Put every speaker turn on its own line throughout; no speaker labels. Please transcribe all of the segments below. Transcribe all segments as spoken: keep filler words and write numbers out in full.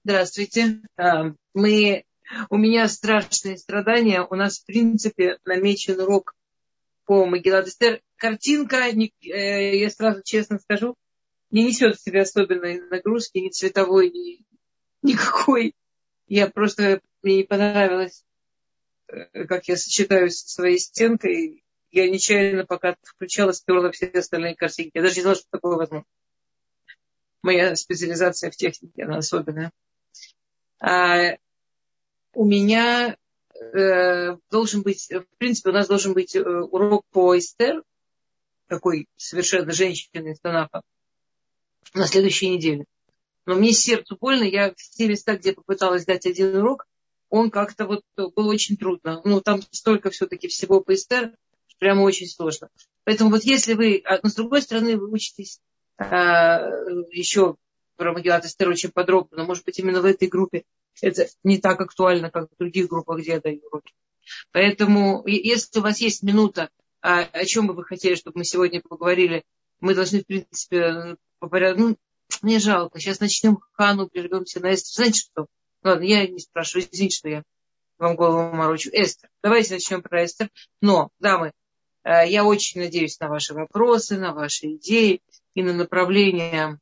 Здравствуйте. А, Мы, у меня страшные страдания. У нас, в принципе, намечен урок по Мегилат Эстер. Картинка, не- э, я сразу честно скажу, не несет в себе особенной нагрузки, ни цветовой, ни никакой. Я просто, мне не понравилось, э, как я сочетаюсь со своей стенкой. Я нечаянно, пока включала, стерла все остальные картинки. Я даже не знала, что такое возможно. Моя специализация в технике, она особенная. А у меня э, должен быть, в принципе, у нас должен быть э, урок по Эстер, такой совершенно женщины из Танаха, на следующей неделе. Но мне сердцу больно, я в те места, где попыталась дать один урок, он как-то вот было очень трудно. Ну, там столько все-таки всего по Эстер, что прямо очень сложно. Поэтому вот если вы, но с другой стороны, вы учитесь э, еще про Мегилат Эстер очень подробно, но, может быть, именно в этой группе это не так актуально, как в других группах, где я даю уроки. Поэтому, если у вас есть минута, о, о чем бы вы хотели, чтобы мы сегодня поговорили, мы должны, в принципе, по порядку. Ну, мне жалко. Сейчас начнем Хану, прервемся на Эстер. Знаете что? Ладно, я не спрашиваю. Извините, что я вам голову морочу. Эстер. Давайте начнем про Эстер. Но, дамы, я очень надеюсь на ваши вопросы, на ваши идеи и на направление.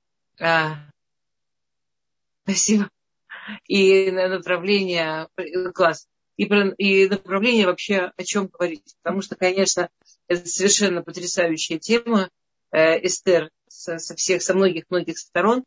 Спасибо. И на направление класс. И, и направление вообще о чем говорить. Потому что, конечно, это совершенно потрясающая тема. Э, Эстер со, со всех, со многих-многих сторон.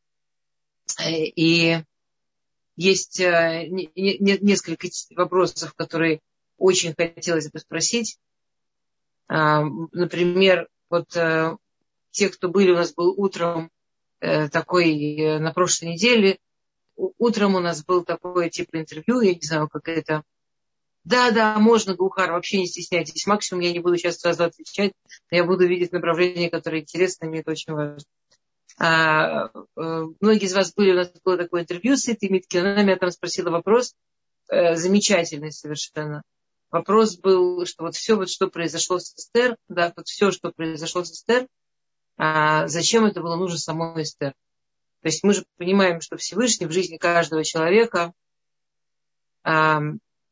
И есть э, не, не, несколько вопросов, которые очень хотелось бы спросить. Э, например, вот э, те, кто были, у нас был утром э, такой э, на прошлой неделе. Утром у нас был такое типа интервью, я не знаю, как это. Да, да, можно, Гаухар, вообще не стесняйтесь. Максимум я не буду сейчас сразу отвечать, но я буду видеть направление, которое интересно, мне это очень важно. А, а, многие из вас были, у нас было такое интервью с этой Миткиной, она меня там спросила вопрос, э, замечательный совершенно. Вопрос был, что вот все, вот, что произошло с Эстер, да, вот все, что произошло с Эстер, а, зачем это было нужно самой Эстер? То есть мы же понимаем, что Всевышний в жизни каждого человека а,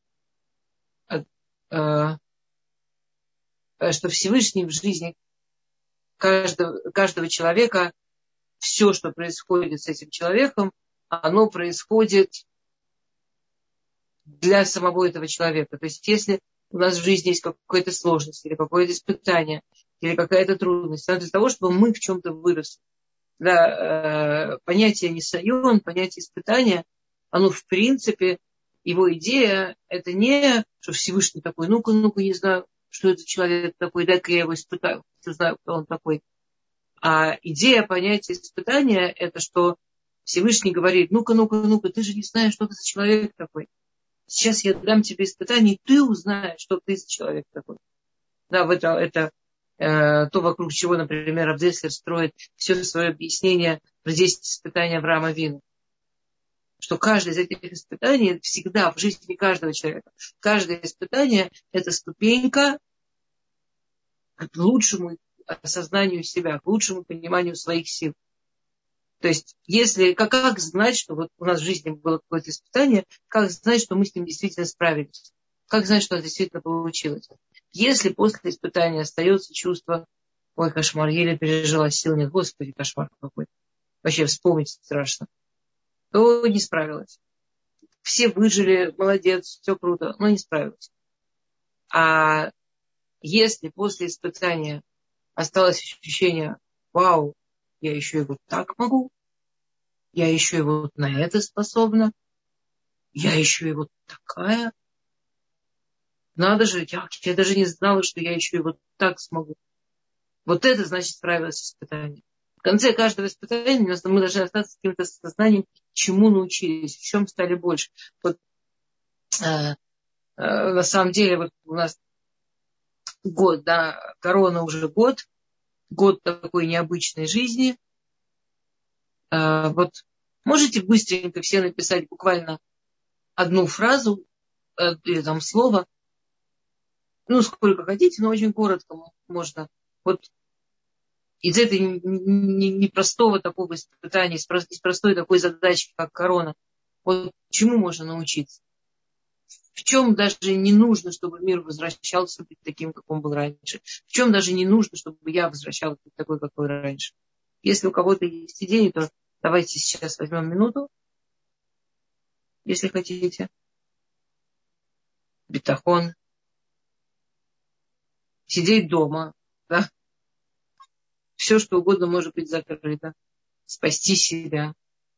а, что Всевышний в жизни каждого, каждого человека, все, что происходит с этим человеком, оно происходит для самого этого человека. То есть если у нас в жизни есть какая-то сложность, или какое-то испытание, или какая-то трудность, это для того, чтобы мы в чем-то выросли. Да, э, понятие нисайон, понятие испытания, оно в принципе, его идея, это не, что Всевышний такой, ну-ка, ну-ка, не знаю, что этот человек такой, дай-ка я его испытаю, не знаю, кто он такой. А идея понятия испытания, это что Всевышний говорит, ну-ка, ну-ка, ну-ка, ты же не знаешь, что ты за человек такой. Сейчас я дам тебе испытание, и ты узнаешь, что ты за человек такой. Да, в это, это э, то, вокруг чего, например, Рав Деслер строит все свое объяснение про десять испытаний Авраама Авину. Что каждое из этих испытаний всегда в жизни каждого человека. Каждое испытание – это ступенька к лучшему осознанию себя, к лучшему пониманию своих сил. То есть, если, как, как знать, что вот у нас в жизни было какое-то испытание, как знать, что мы с ним действительно справились? Как знать, что это действительно получилось? Если после испытания остается чувство, ой, кошмар, еле пережила, сил нет, господи, кошмар какой, вообще вспомнить страшно, то не справилась. Все выжили, молодец, все круто, но не справилась. А если после испытания осталось ощущение, вау, я еще и вот так могу, я еще и вот на это способна, я еще и вот такая, надо же, я, я даже не знала, что я еще и вот так смогу. Вот это значит справилась с испытанием. В конце каждого испытания мы должны остаться с каким-то сознанием, чему научились, в чем стали больше. Вот, э, э, на самом деле вот у нас год, да, корона уже год, год такой необычной жизни. Э, вот можете быстренько все написать буквально одну фразу э, или там слово, ну, сколько хотите, но очень коротко можно. Вот из этой непростого такого испытания, из простой такой задачи, как корона, вот чему можно научиться? В чем даже не нужно, чтобы мир возвращался быть таким, как он был раньше? В чем даже не нужно, чтобы я возвращалась быть такой, какой раньше? Если у кого-то есть идеи, то давайте сейчас возьмем минуту, если хотите. Битахон. Сидеть дома. Да? Все, что угодно может быть закрыто. Спасти себя.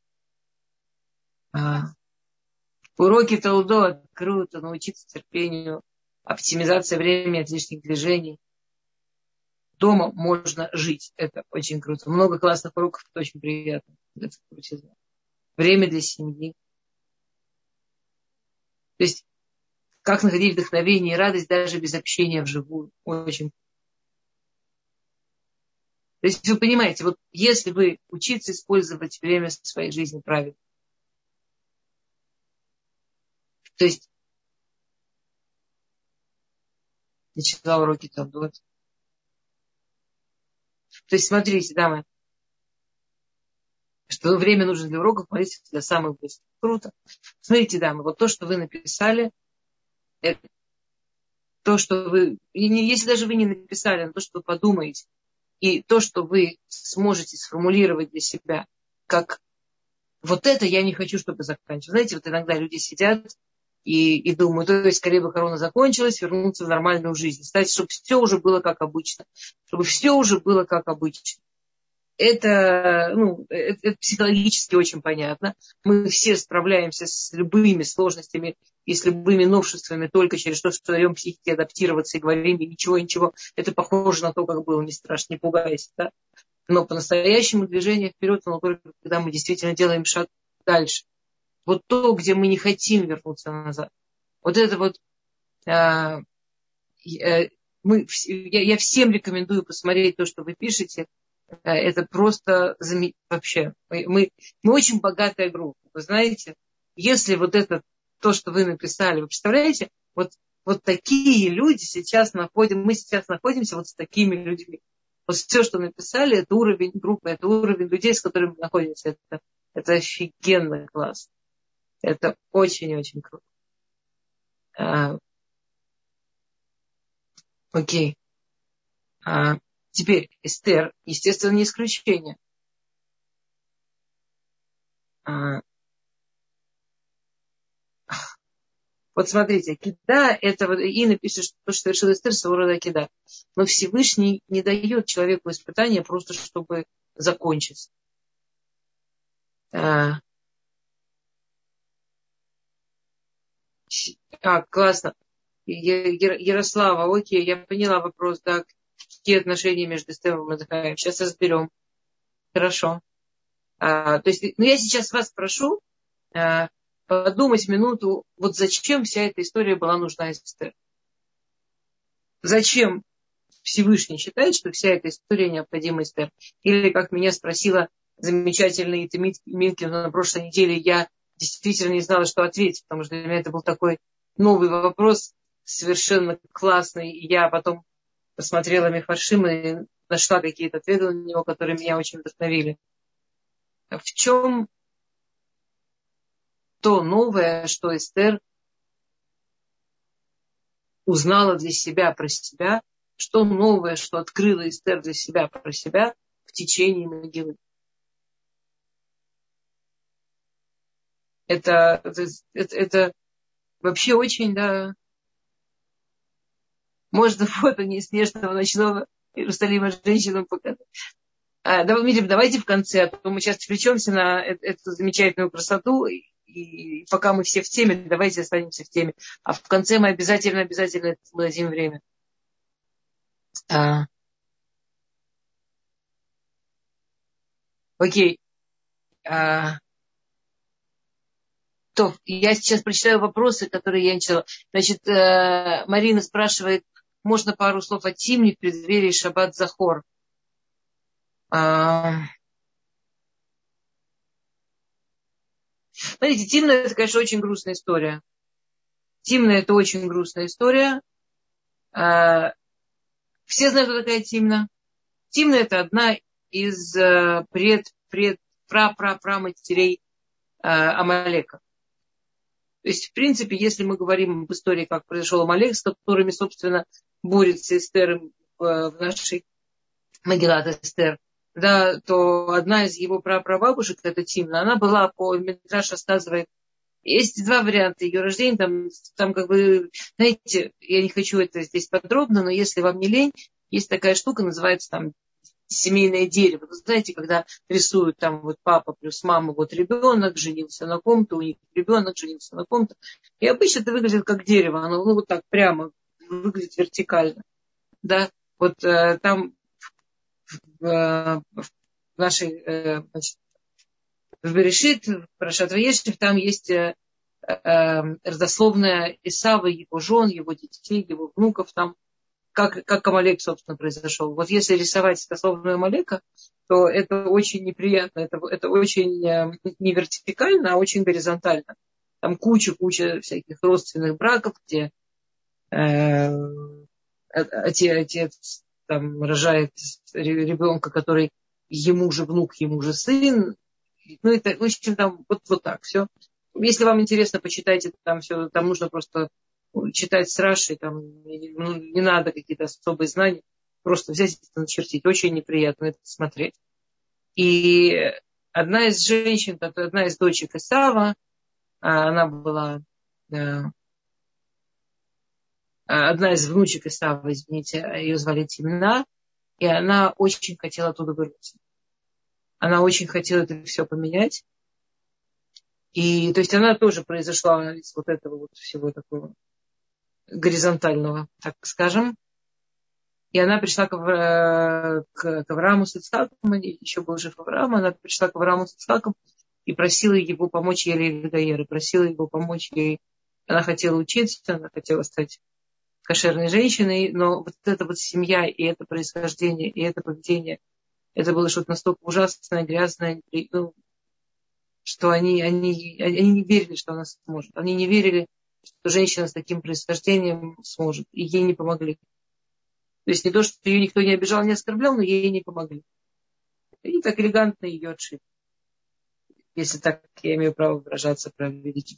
А, уроки Талдо круто, научиться терпению, оптимизация времени от лишних движений. Дома можно жить. Это очень круто. Много классных уроков, это очень приятно. Это крутизна. Время для семьи. То есть, как находить вдохновение и радость даже без общения вживую. Очень. То есть, вы понимаете, вот если вы учиться использовать время в своей жизни правильно, то есть, начала уроки Талдот. То есть, смотрите, дамы, что время нужно для уроков, молитесь для самых быстрых. Круто. Смотрите, дамы, вот то, что вы написали, это то, что вы, если даже вы не написали, но то, что вы подумаете, и то, что вы сможете сформулировать для себя, как вот это я не хочу, чтобы заканчивалось. Знаете, вот иногда люди сидят и, и думают, то есть скорее бы корона закончилась, вернуться в нормальную жизнь. Кстати, чтобы все уже было как обычно. Чтобы все уже было как обычно. Это, ну, это, это психологически очень понятно. Мы все справляемся с любыми сложностями и с любыми новшествами только через то, что даем психике адаптироваться и говорим, и ничего, ничего. Это похоже на то, как было, не страшно, не пугайся. Да? Но по-настоящему движение вперед, оно только когда мы действительно делаем шаг дальше. Вот то, где мы не хотим вернуться назад. Вот это вот а, а, мы, я, я всем рекомендую посмотреть то, что вы пишете. Это просто вообще. Мы, мы очень богатая группа. Вы знаете, если вот это то, что вы написали, вы представляете, вот, вот такие люди сейчас находим, мы сейчас находимся вот с такими людьми. Вот все, что написали, это уровень группы, это уровень людей, с которыми мы находимся. Это, это офигенный класс. Это очень-очень круто. А, окей. А, теперь Эстер, естественно, не исключение. А, вот смотрите, кида, это вот Ина пишет, что то, что совершил Эстер, своего рода кида. Но Всевышний не дает человеку испытания просто, чтобы закончить. А, а классно. Ярослава, окей, я поняла вопрос, да, какие отношения между Эстером и Мордехаем. Сейчас разберем. Хорошо. А, то есть, ну я сейчас вас прошу а, подумать минуту, вот зачем вся эта история была нужна Эстер. Зачем Всевышний считает, что вся эта история необходима Эстер? Или, как меня спросила замечательная Итамит Минкина на прошлой неделе, я действительно не знала, что ответить, потому что для меня это был такой новый вопрос, совершенно классный. И я потом посмотрела Мифаршим и нашла какие-то ответы на него, которые меня очень вдохновили. В чем то новое, что Эстер узнала для себя про себя, что новое, что открыла Эстер для себя про себя в течение могилы. Это, это, это, это вообще очень, да, можно фото неснежного ночного Иерусалима женщинам показать. А, давайте, давайте в конце, а то мы сейчас отвлечемся на эту замечательную красоту, и, и пока мы все в теме, давайте останемся в теме. А в конце мы обязательно, обязательно дадим время. А, окей. А, то, я сейчас прочитаю вопросы, которые я не читала. Значит, э, Марина спрашивает, можно пару слов о Тимне в преддверии Шаббат Захор? А, смотрите, Тимна это, конечно, очень грустная история. Тимна это очень грустная история. А, все знают, кто такая Тимна? Тимна – это одна из пред, пред, пра-пра-пра-матерей Амалека. То есть, в принципе, если мы говорим об истории, как произошел Амалек, с которыми, собственно, борется Эстер в нашей Магилат Эстер, да, то одна из его прапрабабушек, это Тимна, она была, по Мидраш рассказывает, есть два варианта ее рождения, там, там как бы, знаете, я не хочу это здесь подробно, но если вам не лень, есть такая штука, называется там семейное дерево. Вы знаете, когда рисуют там вот папа плюс мама, вот ребенок женился на ком-то, у них ребенок женился на ком-то. И обычно это выглядит как дерево, оно ну, вот так прямо выглядит вертикально. Да, вот э, там в, э, в нашей, э, значит, в Берешит, в Парашат Ваешев, там есть э, э, родословная Исава, его жен, его детей, его внуков там. Как, как Амалек, собственно, произошел. Вот если рисовать родословную Амалека, то это очень неприятно, это, это очень э, не вертикально, а очень горизонтально. Там куча-куча всяких родственных браков, где э, отец там рожает ребенка, который ему же внук, ему же сын. Ну, это, в общем, там вот, вот так все. Если вам интересно, почитайте, там все, там нужно просто читать с Раши, там, ну, не надо какие-то особые знания, просто взять и начертить. Очень неприятно это смотреть. И одна из женщин, одна из дочек Исава, она была, одна из внучек Исава, извините, ее звали Тимна, и она очень хотела оттуда вырваться. Она очень хотела это все поменять. И, то есть, она тоже произошла из вот этого вот всего такого горизонтального, так скажем. И она пришла к, к, к Аврааму с Ицхаком, еще был жив Авраам, она пришла к Аврааму с Ицхаком и просила его помочь ей Лейлгаер, просила его помочь ей. Она хотела учиться, она хотела стать кошерной женщиной, но вот эта вот семья и это происхождение, и это поведение, это было что-то настолько ужасное, грязное, ну, что они, они, они не верили, что она сможет. Они не верили, что женщина с таким происхождением сможет. И ей не помогли. То есть не то, что ее никто не обижал, не оскорблял, но ей не помогли. И так элегантно ее отшили. Если так я имею право выражаться про величие.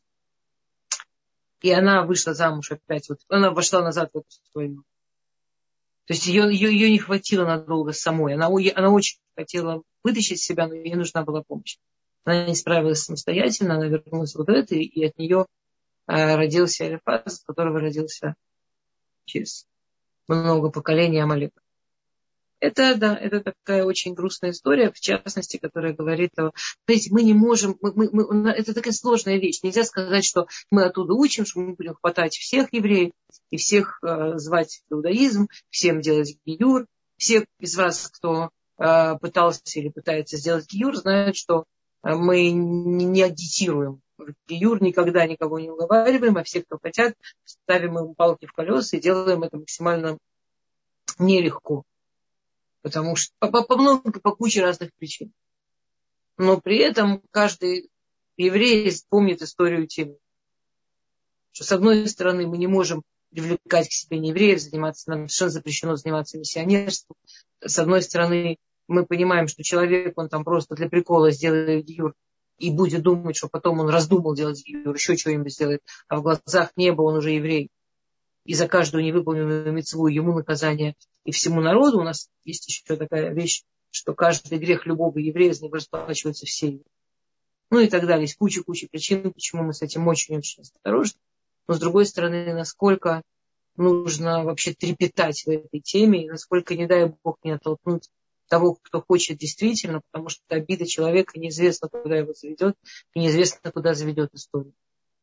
И она вышла замуж опять. Вот, она вошла назад в эту войну. То есть ее, ее, ее не хватило надолго самой. Она, она очень хотела вытащить себя, но ей нужна была помощь. Она не справилась самостоятельно, она вернулась вот в это, и от нее э, родился Элифаз, от которого родился через много поколений Амалека. Это, да, это такая очень грустная история, в частности, которая говорит о... Знаете, мы не можем... Мы, мы, мы, это такая сложная вещь. Нельзя сказать, что мы оттуда учим, что мы будем хватать всех евреев и всех э, звать в иудаизм, всем делать гиюр. Все из вас, кто э, пытался или пытается сделать гиюр, знают, что э, мы не, не агитируем гиюр, никогда никого не уговариваем, а все, кто хотят, ставим им палки в колеса и делаем это максимально нелегко. Потому что по, по, по, много, по куче разных причин. Но при этом каждый еврей помнит историю Тимны. Что с одной стороны мы не можем привлекать к себе неевреев, заниматься, нам совершенно запрещено заниматься миссионерством. С одной стороны мы понимаем, что человек, он там просто для прикола сделает гиюр и будет думать, что потом он раздумал делать гиюр, еще что-нибудь сделает, а в глазах неба он уже еврей. И за каждую невыполненную мицву ему наказание. И всему народу у нас есть еще такая вещь, что каждый грех любого еврея, из него расплачиваются все евреи. Ну и так далее. Есть куча-куча причин, почему мы с этим очень-очень осторожны. Но с другой стороны, насколько нужно вообще трепетать в этой теме, и насколько, не дай Бог, не оттолкнуть того, кто хочет действительно, потому что обида человека неизвестно, куда его заведет, и неизвестно, куда заведет историю.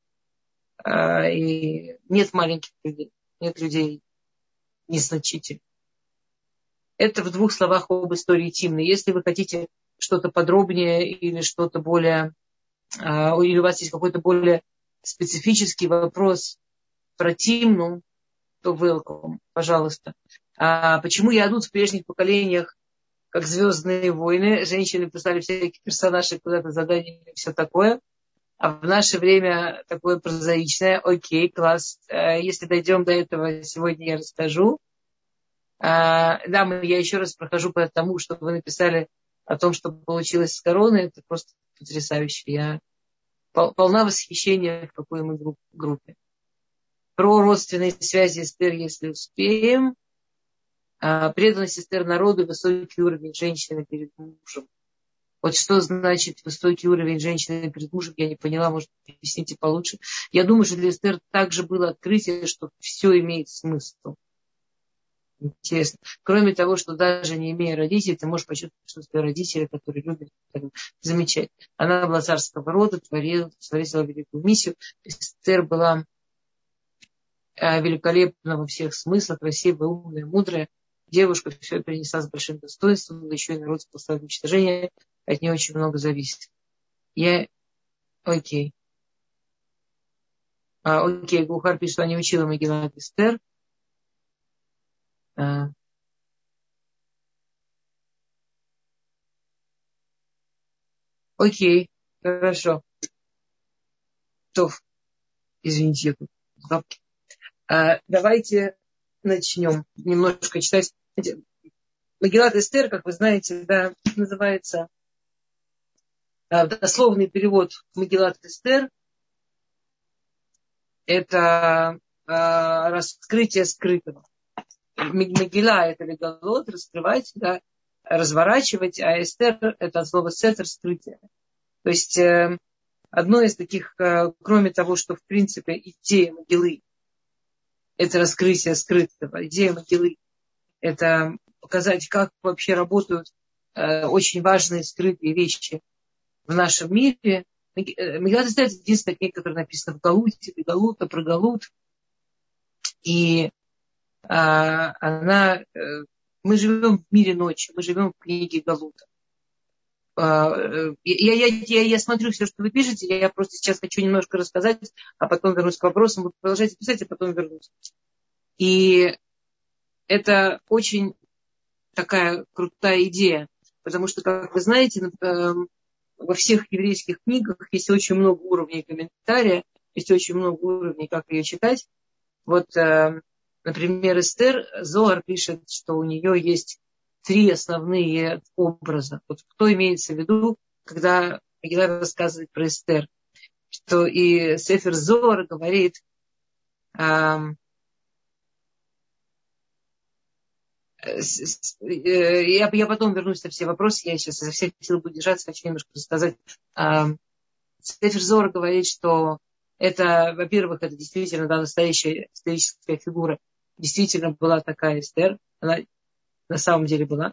И нет маленьких людей, нет людей незначительных. Это в двух словах об истории Тимны. Если вы хотите что-то подробнее или что-то более, или у вас есть какой-то более специфический вопрос про Тимну, то welcome, пожалуйста. А почему Ядут в прежних поколениях, как «Звездные войны», женщины писали всякие персонажи, куда-то задания и все такое. А в наше время такое прозаичное. Окей, класс. Если дойдем до этого, сегодня я расскажу. А, да, мы, я еще раз прохожу по тому, что вы написали о том, что получилось с короной. Это просто потрясающе. Я пол, полна восхищения, в какой мы групп, группе. Про родственные связи Эстер, если успеем. А, преданность Эстер народу, высокий уровень женщины перед мужем. Вот что значит высокий уровень женщины перед мужем, я не поняла, может, объясните получше. Я думаю, что для Эстер также было открытие, что все имеет смысл. Интересно. Кроме того, что даже не имея родителей, ты можешь почувствовать, что твои родители, которые любят, замечать. Она была царского рода, творила, творила великую миссию. Эстер была великолепна во всех смыслах, красивая, умная, мудрая. Девушка все перенесла с большим достоинством, да еще и народ спасал от уничтожения. От нее очень много зависит. Я... Окей. А, окей, Гухар пишет, что она не учила Мегилат Эстер. А. Окей, хорошо. Тоф. Извините, я тут в бабке. А, давайте начнем немножко читать. Мегилат Эстер, как вы знаете, да, называется а, дословный перевод Мегилат Эстер. Это а, раскрытие скрытого. Мегила – это легалот, раскрывать, да, разворачивать, а Эстер – это от слова сетер, скрытие. То есть э, одно из таких, э, кроме того, что в принципе идея Мегилы – это раскрытие скрытого, идея Мегилы – это показать, как вообще работают э, очень важные скрытые вещи в нашем мире. Мегилат Эстер – это единственная книга, которая написана в Галуте, Галута, про Галут. И а, она, мы живем в мире ночи, мы живем в книге Галута. А, я, я, я, я смотрю все, что вы пишете, я просто сейчас хочу немножко рассказать, а потом вернусь к вопросам. Вы продолжайте писать, а потом вернусь. И это очень такая крутая идея, потому что, как вы знаете, во всех еврейских книгах есть очень много уровней комментария, есть очень много уровней, как ее читать. Вот, например, Эстер, Зоар пишет, что у нее есть три основные образа. Вот кто имеется в виду, когда Мегилла рассказывает про Эстер. Что и Сефер Зоар говорит, я, я потом вернусь на все вопросы, я сейчас изо всех сил буду держаться, хочу немножко рассказать. Сефер Зоар говорит, что это, во-первых, это действительно, да, настоящая историческая фигура. Действительно была такая Эстер. Она на самом деле была.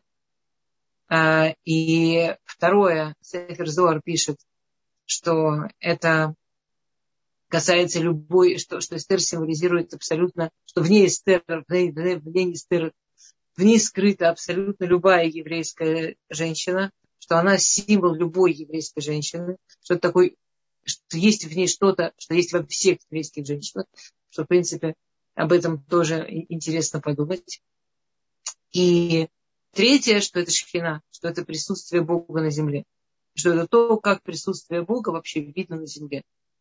И второе, Сефер Зоар пишет, что это касается любой, что, что Эстер символизирует абсолютно, что в ней Эстер, в ней, в ней Эстер, в ней скрыта абсолютно любая еврейская женщина, что она символ любой еврейской женщины, что это такой, что есть в ней что-то, что есть во всех еврейских женщинах, что, в принципе, об этом тоже интересно подумать. И третье, что это шхина, что это присутствие Бога на земле, что это то, как присутствие Бога вообще видно на земле.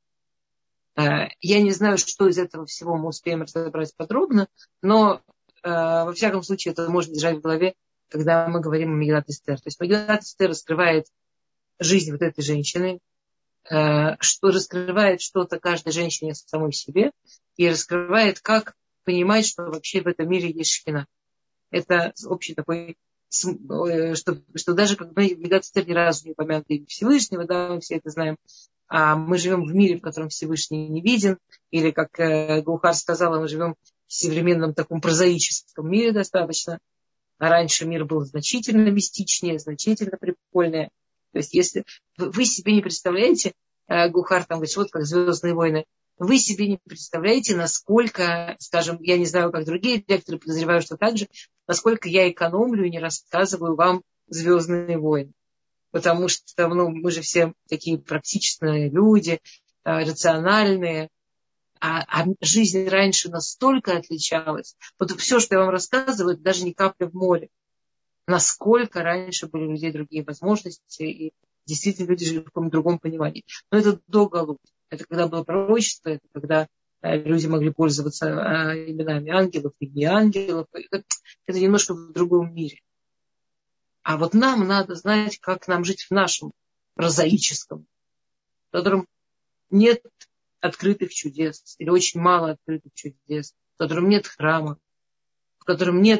Я не знаю, что из этого всего мы успеем разобрать подробно, но во всяком случае это можно держать в голове, когда мы говорим о Мегилат Эстер. То есть Мегилат Эстер раскрывает жизнь вот этой женщины, что раскрывает что-то каждой женщине самой себе и раскрывает, как понимать, что вообще в этом мире есть шхина. Это общий такой, что, что даже когда Мегилат Эстер ни разу не упомянуто имя Всевышнего, да, мы все это знаем, а мы живем в мире, в котором Всевышний не виден, или, как Гухар сказала, мы живем в современном таком прозаическом мире достаточно. А раньше мир был значительно мистичнее, значительно прикольнее. То есть, если вы себе не представляете, Гухар там говорит, вот как «Звездные войны», вы себе не представляете, насколько, скажем, я не знаю, как другие лекторы, подозреваю, что так же, насколько я экономлю и не рассказываю вам «Звездные войны». Потому что ну, мы же все такие практичные люди, рациональные. А, а жизнь раньше настолько отличалась. Вот все, что я вам рассказываю, это даже не капля в море. Насколько раньше были у людей другие возможности, и действительно люди жили в каком-то другом понимании. Но это до Галут. Это когда было пророчество, это когда люди могли пользоваться именами ангелов и не ангелов. Это, это немножко в другом мире. А вот нам надо знать, как нам жить в нашем прозаическом, в котором нет открытых чудес, или очень мало открытых чудес, в котором нет храма, в котором нет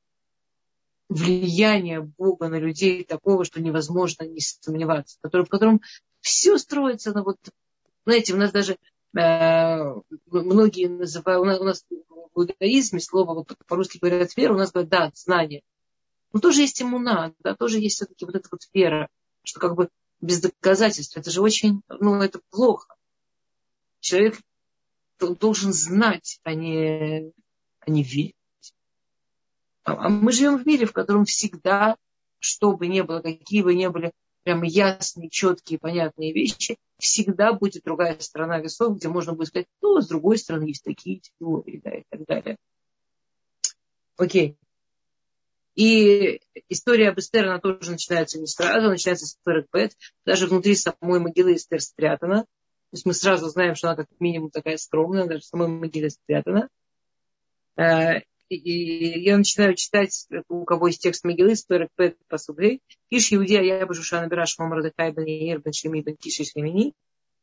влияния Бога на людей такого, что невозможно не сомневаться, в котором, в котором все строится на вот, знаете, у нас даже э, многие называют, у нас, у нас в иудаизме слово, вот по-русски говорят вера, у нас говорят, да, знание. Но тоже есть иммуна, да, тоже есть все-таки вот эта вот вера, что как бы без доказательств, это же очень, ну, это плохо. Человек должен знать, а не, а не верить. А мы живем в мире, в котором всегда, что бы ни было, какие бы ни были прямо ясные, четкие, понятные вещи, всегда будет другая сторона весов, где можно будет сказать, ну, с другой стороны, есть такие теории, да, и так далее. Окей. И история об Эстер, она тоже начинается не сразу, начинается с сорок пять. Даже внутри самой могилы Эстер спрятана. То есть мы сразу знаем, что она как минимум такая скромная, даже в самой могиле спрятана. И я начинаю читать, у кого есть текст могилы, сорок пять посугей. Иш Иудея я бы Шушана Бираш Мамрадахай бен Яир бен Шеми бен Киши Шемини.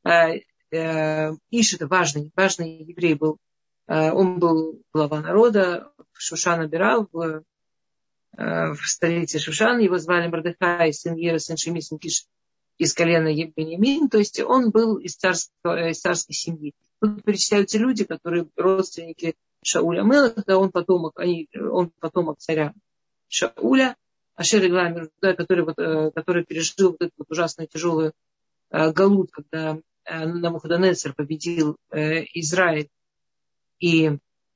Иш это важный, важный еврей был. Он был глава народа, Шушана Бирал, в, в столице Шушана. Его звали Мардахай, сын Ера, сын Шеми, сын Киш из колена Беньямин. То есть он был из, царского, из царской семьи. Тут перечисляются люди, которые родственники Шауля Мелаха, да, он потомок, они, он потомок царя Шауля, Ашер Игламер, да, который, вот, который пережил вот эту вот ужасную тяжелую э, галут, когда э, Навуходонецер победил э, Израиль и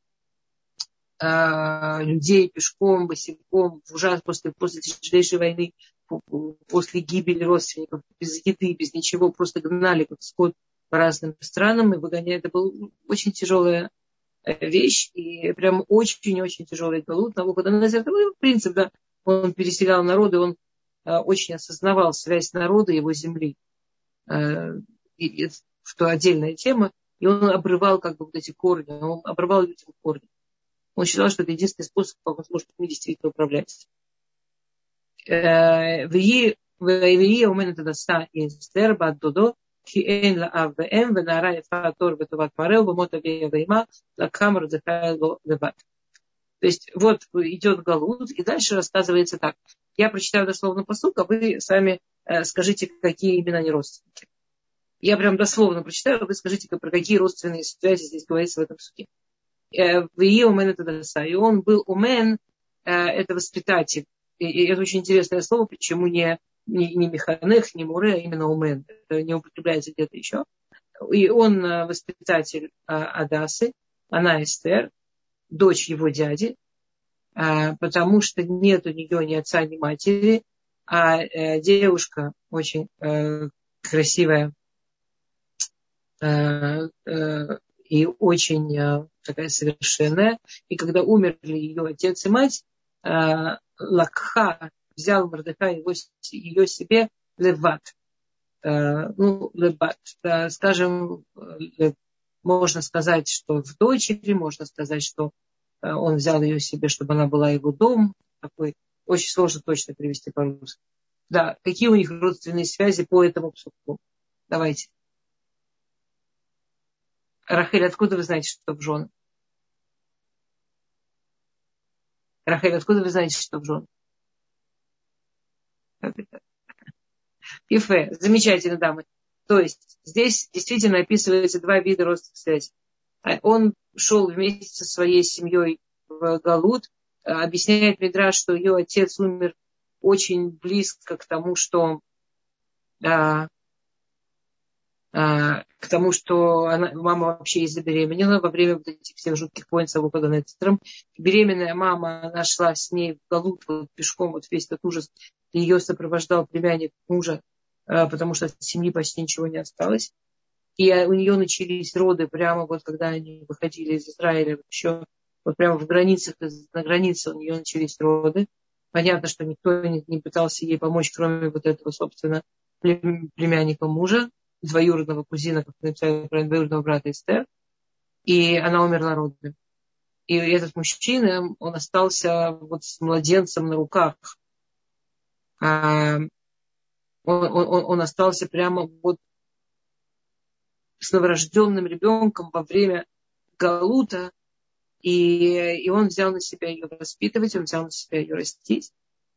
э, людей пешком, босиком, в ужас, после, после тяжелейшей войны, после гибели родственников, без еды, без ничего, просто гнали как скот по разным странам и выгоняли. Это была очень тяжелая вещь, и прям очень-очень тяжелый галут. Навуходоносор, в принципе, да, он переселял народы, он э, очень осознавал связь народа и его земли. Э, и, и, что отдельная тема. И он обрывал как бы вот эти корни, он обрывал людям корни. Он считал, что это единственный способ, как он сможет ими действительно управлять. Вии у меня тогда ста Эстер бат Додо, כי אין לאב ואם, ונערה יפה תור וטובת מראה, ובמות אביה ואימה, לקחה מרדכי לו לבד. То есть вот идет галут, и дальше рассказывается так. Я прочитаю дословно пасук, а вы сами э, скажите, какие именно они родственники. Я прям дословно прочитаю, а вы скажите, про какие родственные связи здесь говорится в этом суке. Вии умен это даса. И он был умен, э, это воспитатель. И, и это очень интересное слово, почему не Не, не механех, не муре, а именно умен. Это не употребляется где-то еще. И он воспитатель Адасы, она Эстер, дочь его дяди, потому что нет у нее ни отца, ни матери, а девушка очень красивая и очень такая совершенная. И когда умерли ее отец и мать, Лакха взял Мордехай его, ее себе леват. Ну, леват. Скажем, можно сказать, что в дочери, можно сказать, что он взял ее себе, чтобы она была его дом. Такой, очень сложно точно перевести по-русски. Да, какие у них родственные связи по этому псуку? Давайте. Рахель, откуда вы знаете, что в жены? Рахель, откуда вы знаете, что в жены? Ифе, замечательно, дамы. То есть здесь действительно описывается два вида родственных связей. Он шел вместе со своей семьей в Галут, объясняет Мидраш, что ее отец умер очень близко к тому, что а, а, к тому, что она, мама вообще и забеременела во время вот этих всех жутких войн с Навуходоносором. Беременная мама, она шла с ней в Галут вот, пешком, вот весь этот ужас. Ее сопровождал племянник мужа, потому что от семьи почти ничего не осталось. И у нее начались роды прямо вот когда они выходили из Израиля, еще вот прямо в границах, на границе у нее начались роды. Понятно, что никто не, не пытался ей помочь, кроме вот этого, собственно, племянника мужа, двоюродного кузина, как написали, двоюродного брата Эстер. и она умерла родами. И этот мужчина, он остался вот с младенцем на руках. Он, он, он остался прямо вот с новорожденным ребенком во время галута. И, и он взял на себя ее воспитывать, он взял на себя ее растить.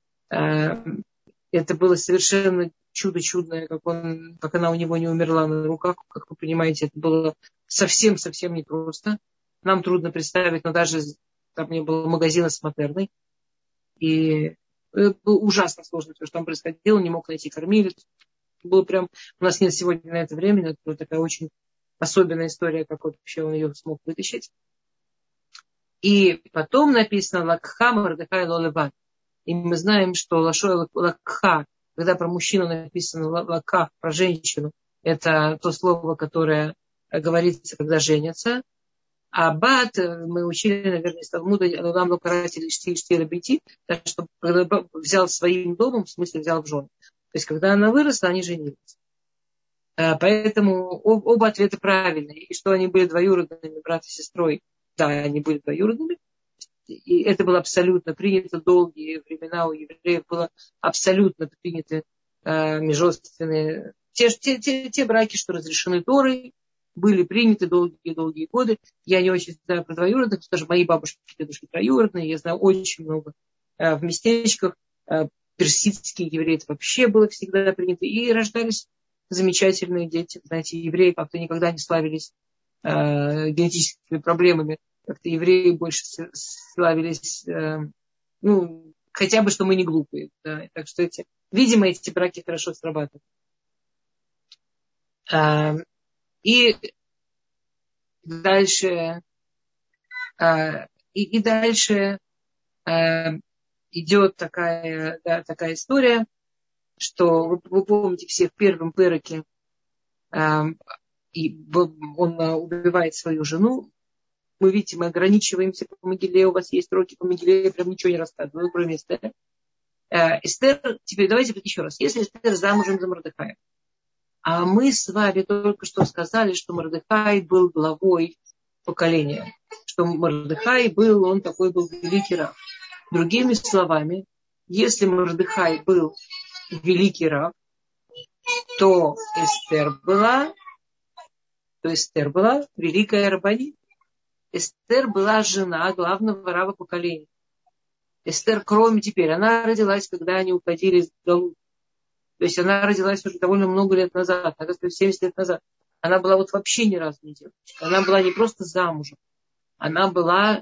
Это было совершенно чудо чудное, как, он, как она у него не умерла на руках. Как вы понимаете, это было совсем-совсем непросто. Нам трудно представить, но даже там не было магазина с матерной. И это было ужасно сложно, все, что там происходило. Не мог найти кормилец. Было прям... У нас нет сегодня на это времени. Это была такая очень особенная история, как вообще он ее смог вытащить. И потом написано «Лакха Мордехай ло левад». И мы знаем, что лашой лакха, когда про мужчину написано лакха, про женщину, это то слово, которое говорится, когда женятся. А бат, мы учили, наверное, из Талмуда, нам лукаратели штиль штиль бейти, так что когда взял своим домом, в смысле взял в жены. То есть, когда она выросла, они женились. Поэтому оба ответа правильные. И что они были двоюродными, брат и сестрой, да, они были двоюродными. И это было абсолютно принято. Долгие времена у евреев было абсолютно принято э, межродственные. Те, те, те, те браки, что разрешены Торой, были приняты долгие-долгие годы. Я не очень знаю про двоюродных, даже мои бабушки и дедушки троюродные. Я знаю очень много э, в местечках. Э, персидские евреи это вообще было всегда принято. И рождались замечательные дети. Знаете, евреи как-то никогда не славились э, генетическими проблемами. Как-то евреи больше славились, э, ну, хотя бы, что мы не глупые. Да. Так что, эти, видимо, эти браки хорошо срабатывают. Э, и дальше, э, и, и дальше э, идет такая, да, такая история, что вы, вы помните все в первом переке, э, и он убивает свою жену. Мы, видите, мы ограничиваемся по Мегиле, у вас есть уроки по Мегиле, я прям ничего не рассказываю, кроме Эстер. Э, Эстер, теперь давайте еще раз. Если Эстер замужем за Мордехаем, а мы с вами только что сказали, что Мордехай был главой поколения, что Мордехай был, он такой был великий рав. Другими словами, если Мордехай был великий рав, то Эстер была, то Эстер была великая рабанит. Эстер была жена главного рава поколения. Эстер, кроме теперь, она родилась, когда они уходили в Галут. То есть она родилась уже довольно много лет назад, семьдесят лет назад. Она была вот вообще ни разу не девочка. Она была не просто замужем. Она была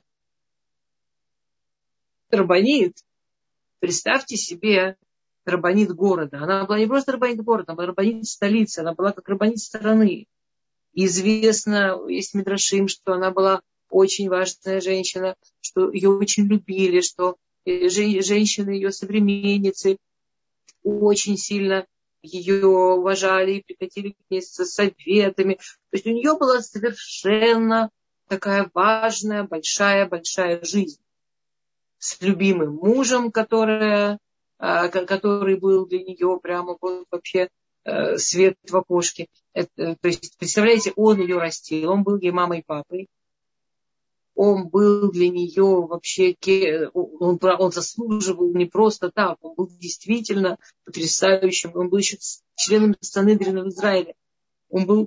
рабанит. Представьте себе рабанит города. Она была не просто рабанит города, она была рабанит столицы. Она была как рабанит страны. Известно, есть мидрашим, что она была очень важная женщина, что ее очень любили, что женщины, ее современницы очень сильно ее уважали и приходили к ней со советами. То есть у нее была совершенно такая важная, большая-большая жизнь с любимым мужем, который, который был для нее прямо вот вообще свет в окошке. Это, то есть, представляете, он ее растил, он был ей мамой и папой. Он был для нее вообще, он, он заслуживал не просто так, он был действительно потрясающим, он был еще членом Санедрина в Израиле. Он был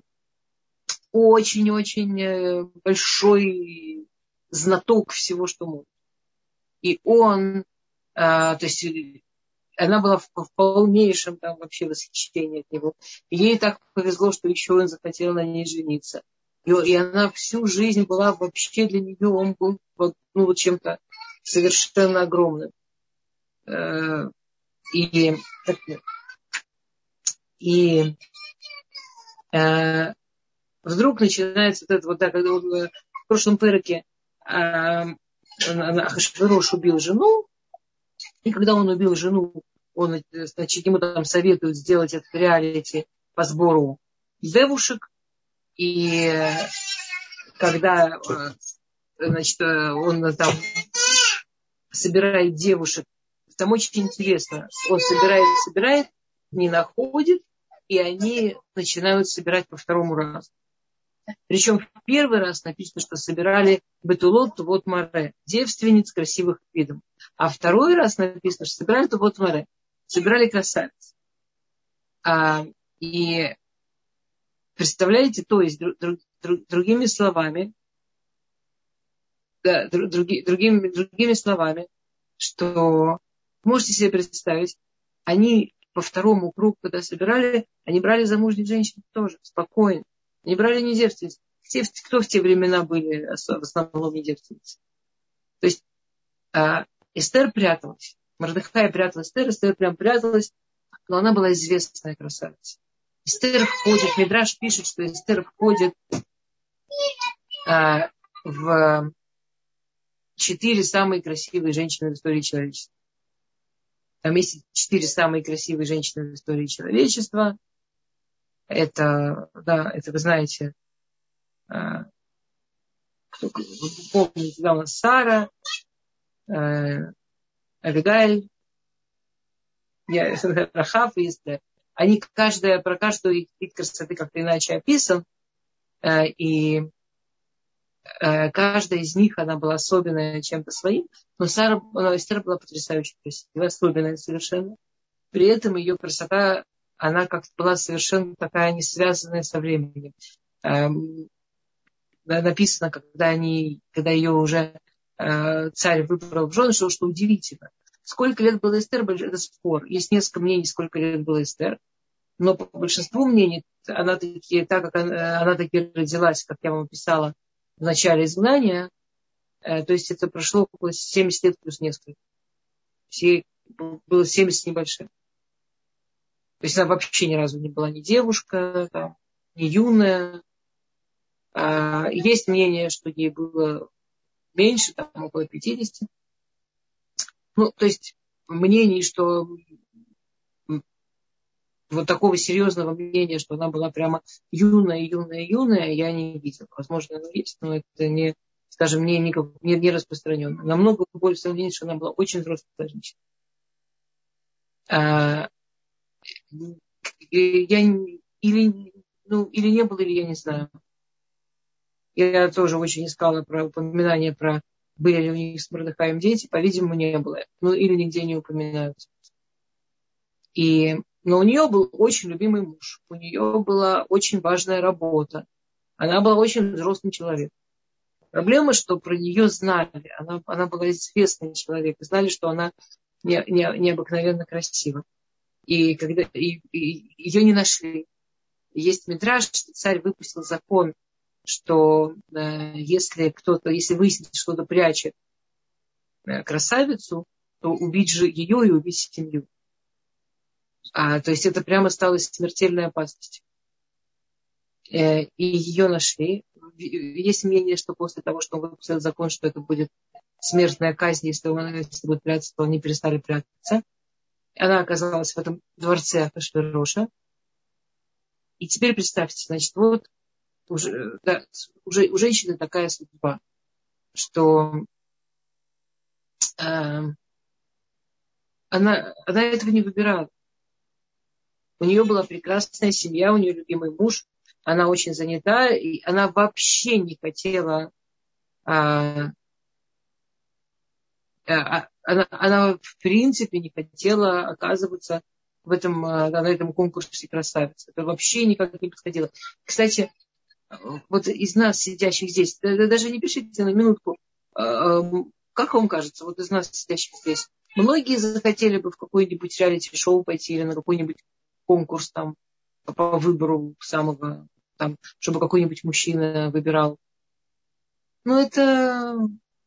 очень-очень большой знаток всего, что мог. И он, то есть она была в полнейшем там вообще восхищении от него. И ей так повезло, что еще он захотел на ней жениться. И, и она всю жизнь была вообще для нее, он был вот, ну, вот чем-то совершенно огромным. И, и э, вдруг начинается вот это вот, да, когда вот в прошлом переке э, Ахашверош убил жену, и когда он убил жену, он, значит, ему там советуют сделать этот реалити по сбору девушек. И когда, значит, он там собирает девушек, там очень интересно. Он собирает, собирает, не находит, и они начинают собирать по второму разу. Причем в первый раз написано, что собирали бетулот вот маре, девственниц красивых видом. А второй раз написано, что собирали вот маре, собирали красавиц. А, и представляете, то есть друг, друг, друг, другими словами, да, друг, другими, другими словами, что можете себе представить, они по второму кругу, когда собирали, они брали замужних женщин тоже, спокойно. Они брали не девственниц. Те, кто в те времена были в основном не девственницы. То есть а, Эстер пряталась. Мордехай прятала Эстер, Эстер прям пряталась, но она была известная красавица. Эстер входит, Мидраш пишет, что Эстер входит а, в четыре самые красивые женщины в истории человечества. Там есть четыре самые красивые женщины в истории человечества. Это, да, это вы знаете, кто, помните, да, у нас Сара, э, Авигайль, Рахав и Эстер. Они каждая, про каждую вид красоты как-то иначе описан. Э, и э, каждая из них, она была особенная чем-то своим. Но Сара, Эстер была потрясающе красивая, особенная совершенно. При этом ее красота, она как-то была совершенно такая не связанная со временем. Э, написано, когда, они, когда ее уже э, царь выбрал в жены, что, что удивительно. Сколько лет было Эстер, это спор. Есть несколько мнений, сколько лет было Эстер. Но по большинству мнений, она таки, так как она, она таки родилась, как я вам писала, в начале изгнания, э, то есть это прошло около семьдесят лет плюс несколько. Ей было семьдесят небольшим. То есть она вообще ни разу не была ни девушка, там, ни юная. А, есть мнение, что ей было меньше, там, около пятидесяти. Ну, то есть мнений, что вот такого серьезного мнения, что она была прямо юная, юная, юная, я не видела. Возможно, оно есть, но это не, скажем, не, не, не распространено. Намного больше мнений, что она была очень взрослая женщина. А, я, или, ну, или не было, или я не знаю. Я тоже очень искала про упоминания про были ли у них с Мордехаем дети, по-видимому, не было. Ну, или нигде не упоминаются. И, но у нее был очень любимый муж. У нее была очень важная работа. Она была очень взрослым человеком. Проблема, что про нее знали. Она, она была известный человек. Знали, что она не, не, необыкновенно красива. И когда и, и, ее не нашли. Есть мидраш, что царь выпустил закон, что э, если кто-то, если выяснится, что кто-то прячет э, красавицу, то убить же ее и убить семью. А, то есть это прямо стало смертельной опасностью. Э, и ее нашли. Есть мнение, что после того, что он выпустил закон, что это будет смертная казнь, если он если будет прятаться, то они перестали прятаться. Она оказалась в этом дворце Ахашвероша. И теперь представьте, значит, вот уже, да, уже у женщины такая судьба, что э, она, она этого не выбирала. У нее была прекрасная семья, у нее любимый муж, она очень занята, и она вообще не хотела, э, э, она, она в принципе не хотела оказываться в этом, на этом конкурсе красавиц. Это вообще никак не подходило. Кстати, вот из нас, сидящих здесь, даже не пишите на минутку, как вам кажется, вот из нас, сидящих здесь, многие захотели бы в какое-нибудь реалити-шоу пойти или на какой-нибудь конкурс там по выбору самого, там, чтобы какой-нибудь мужчина выбирал. Ну, это...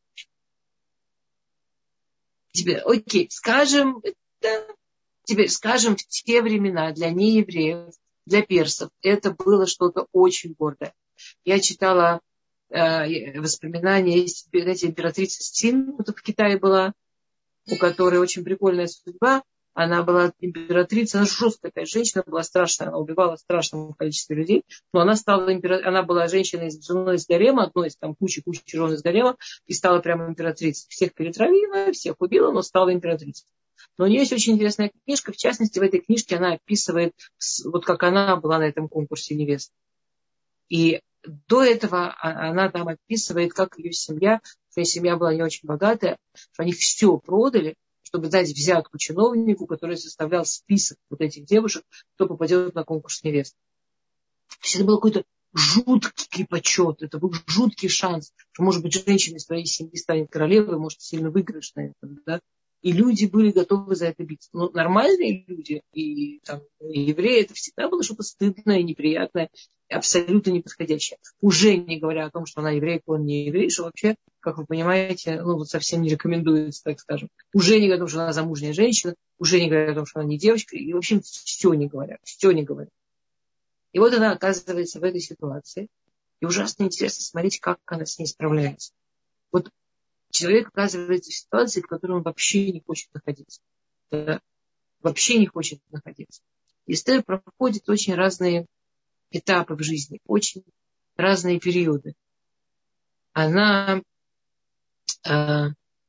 Теперь, окей, скажем, это... теперь скажем, в те времена для неевреев, для персов, это было что-то очень гордое. Я читала э, воспоминания, есть, знаете, императрица Цин, вот в Китае была, у которой очень прикольная судьба. Она была императрицей, она жесткая такая женщина, была страшная, она убивала страшное количество людей, но она стала импера... она была женщиной, женой из гарема, одной из там кучи-кучи жен из гарема, и стала прямо императрицей. Всех перетравила, всех убила, но стала императрицей. Но у нее есть очень интересная книжка, в частности, в этой книжке она описывает, вот как она была на этом конкурсе невест. И до этого она там описывает, как ее семья, что ее семья была не очень богатая, что они все продали, чтобы дать взятку чиновнику, который составлял список вот этих девушек, кто попадет на конкурс невест. То есть это был какой-то жуткий почет, это был жуткий шанс, что, может быть, женщина из твоей семьи станет королевой, может, сильно выиграешь на этом, да. И люди были готовы за это биться. Но нормальные люди, и, там, и евреи, это всегда было что-то стыдное, неприятное, абсолютно неподходящее. Уже не говоря о том, что она еврейка, он не еврей, что вообще, как вы понимаете, ну, вот совсем не рекомендуется, так скажем. Уже не говоря о том, что она замужняя женщина, уже не говоря о том, что она не девочка, и, в общем, все не говорят, все не говорят. И вот она оказывается в этой ситуации, и ужасно интересно смотреть, как она с ней справляется. Вот человек оказывается в ситуации, в которой он вообще не хочет находиться. Да? Вообще не хочет находиться. Эстер проходит очень разные этапы в жизни, очень разные периоды. Она, э,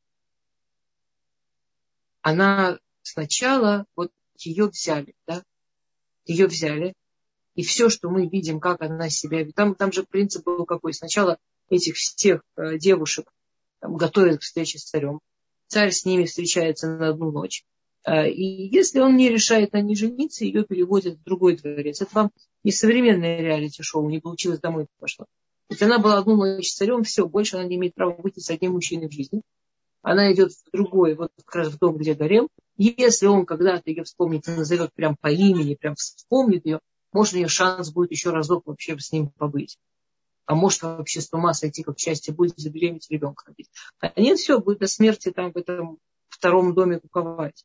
она сначала, вот ее взяли, да, ее взяли, и все, что мы видим, как она себя... Там, там же принцип был какой. Сначала этих всех э, девушек там, готовят к встрече с царем. Царь с ними встречается на одну ночь. И если он не решает на ней жениться, ее переводят в другой дворец. Это вам не современное реалити-шоу, не получилось, домой пошла. Ведь она была одну ночь с царем, все, больше она не имеет права быть с одним мужчиной в жизни. Она идет в другой, вот как раз в дом, где гарем. Если он когда-то ее вспомнит и назовет прям по имени, прям вспомнит ее, может, у нее шанс будет еще разок вообще с ним побыть. А может, вообще с ума сойти, как счастье будет забеременеть, ребенка родить. А нет, все, будет до смерти там в этом втором доме куковать.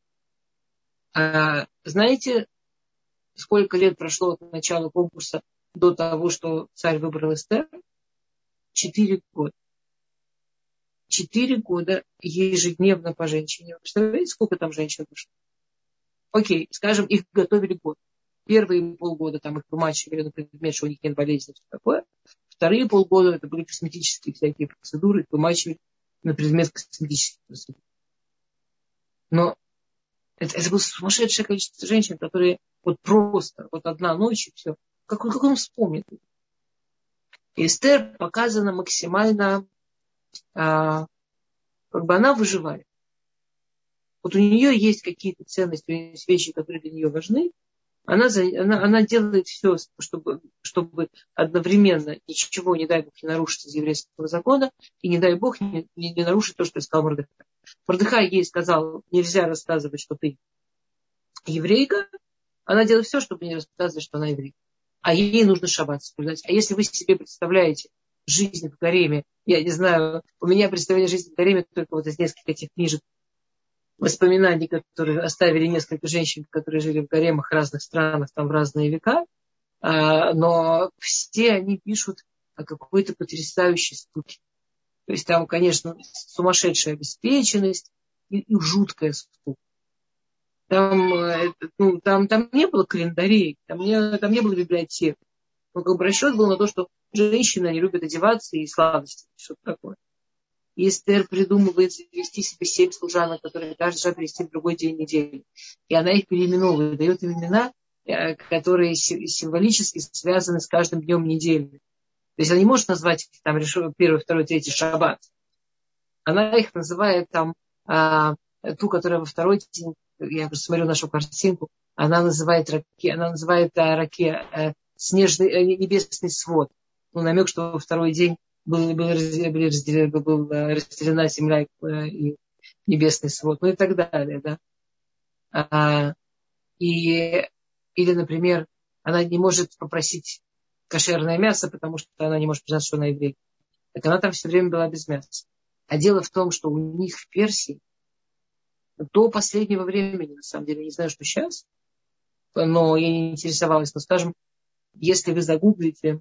А знаете, сколько лет прошло от начала конкурса до того, что царь выбрал Эстер? Четыре года. Четыре года ежедневно по женщине. Представляете, сколько там женщин вышло? Окей, скажем, их готовили год. Первые полгода там их вымачивали на предмет, что у них нет болезни, что такое. Вторые полгода это были косметические всякие процедуры, их вымачивали на предмет косметических процедур. Но это, это было сумасшедшее количество женщин, которые вот просто, вот одна ночь и все. Как, как он вспомнит? И Эстер показана максимально, а, как бы она выживает. Вот у нее есть какие-то ценности, есть вещи, которые для нее важны. Она, она, она делает все, чтобы, чтобы одновременно ничего, не дай Бог, не нарушить из еврейского закона, и не дай Бог не, не, не нарушить то, что сказал Мордехай. Мордехай ей сказал, нельзя рассказывать, что ты еврейка. Она делает все, чтобы не рассказывать, что она еврейка. А ей нужно шаббат соблюдать. А если вы себе представляете жизнь в гареме, я не знаю, у меня представление жизни в гареме только вот из нескольких этих книжек, воспоминаний, которые оставили несколько женщин, которые жили в гаремах в разных странах, там в разные века, но все они пишут о какой-то потрясающей скуке. То есть там, конечно, сумасшедшая обеспеченность и, и жуткая скука. Там, ну, там, там не было календарей, там не, там не было библиотек. Но как бы расчет был на то, что женщины не любят одеваться и сладости, что-то такое. И Эстер придумывает завести себе семь служанок, которые каждый шаг привести в другой день недели. И она их переименовывает, дает им имена, которые символически связаны с каждым днем недели. То есть она не может назвать их там первый, второй, третий шаббат. Она их называет там а, ту, которая во второй день, я просто смотрю нашу картинку, она называет раке, она называет а, раке а, снежный, а, небесный свод. Ну, намек, что во второй день был, был, был, разделена, был разделена земля и небесный свод, ну и так далее, да. А, и, или, например, она не может попросить кошерное мясо, потому что она не может признать, что она еврейка. Так она там все время была без мяса. А дело в том, что у них в Персии до последнего времени, на самом деле, не знаю, что сейчас, но я не интересовалась, но, скажем, если вы загуглите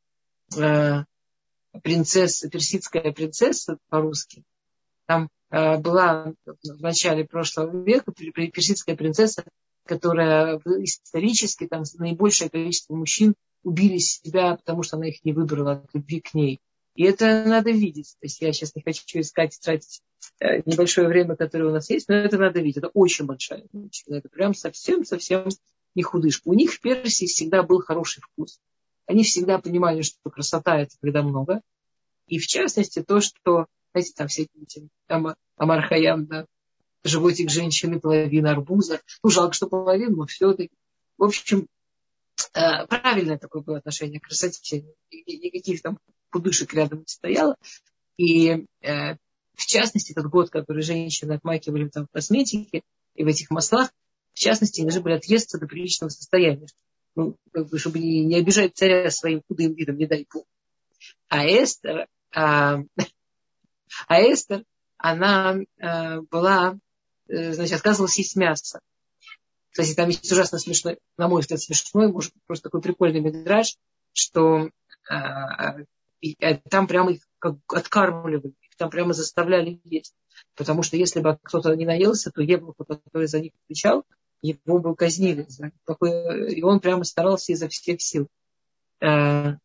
э, принцесса, персидская принцесса по-русски, там э, была в начале прошлого века персидская принцесса, которая исторически, там наибольшее количество мужчин убили себя, потому что она их не выбрала от любви к ней. И это надо видеть. То есть я сейчас не хочу искать и тратить э, небольшое время, которое у нас есть, но это надо видеть. Это очень большая женщина. Это прям совсем-совсем не худышка. У них в Персии всегда был хороший вкус. они всегда понимали, что красота – это когда много. И в частности то, что, знаете, там всякие эти, там, Амар Хайям, да, животик женщины, половина арбуза. Ну, жалко, что половина, но все-таки. В общем, правильное такое было отношение к красоте. Никаких там пудышек рядом не стояло. И в частности, тот год, который женщины отмакивали там в косметике и в этих маслах, в частности, они должны были отрезаться до приличного состояния. Ну, как бы, чтобы не, не обижать царя своим худым видом, не дай бог. А Эстер, а, а Эстер, она а, была, значит, отказывалась есть мясо. Кстати, там есть ужасно смешной, на мой взгляд, смешной, может быть, просто такой прикольный мидраш, что а, и, а, там прямо их как откармливали, их там прямо заставляли есть. Потому что если бы кто-то не наелся, то Евнух, который за них отвечал, его бы казнили. И он прямо старался изо всех сил. Я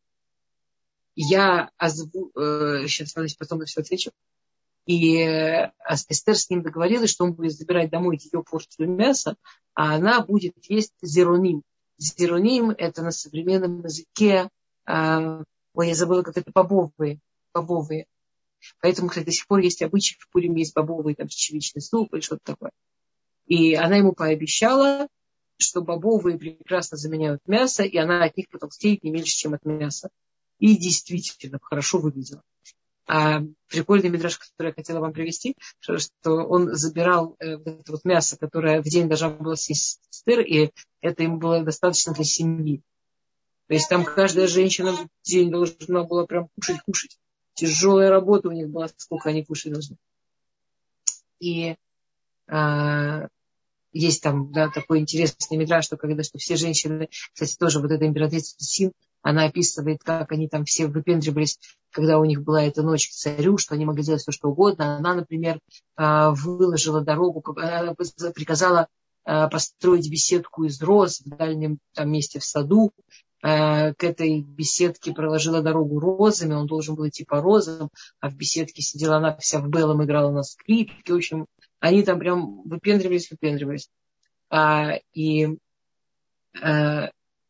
озву... Сейчас, потом на все отвечу. И Эстер с ним договорилась, что он будет забирать домой ее порцию мяса, а она будет есть зероним. Зероним – это на современном языке, ой, я забыла, как это, бобовые. бобовые. Поэтому, кстати, до сих пор есть обычай, в Пурим есть бобовый, там, чечевичный суп или что-то такое. И она ему пообещала, что бобовые прекрасно заменяют мясо, и она от них потолстеет не меньше, чем от мяса. И действительно хорошо выглядела. А прикольный мидраш, который я хотела вам привести, что, что он забирал э, вот это вот мясо, которое в день должна была съесть Эстер, и это ему было достаточно для семьи. То есть там каждая женщина в день должна была прям кушать-кушать. Тяжелая работа у них была, сколько они кушать должны. И а, есть там, да, такой интересный мидраш, что когда что все женщины, кстати, тоже вот эта императрица Син, она описывает, как они там все выпендривались, когда у них была эта ночь к царю, что они могли делать все, что угодно. Она, например, выложила дорогу, она приказала построить беседку из роз в дальнем там месте в саду. К этой беседке проложила дорогу розами, он должен был идти по розам, а в беседке сидела она вся в белом, играла на скрипке. В общем, они там прям выпендривались, выпендривались. А, и, а,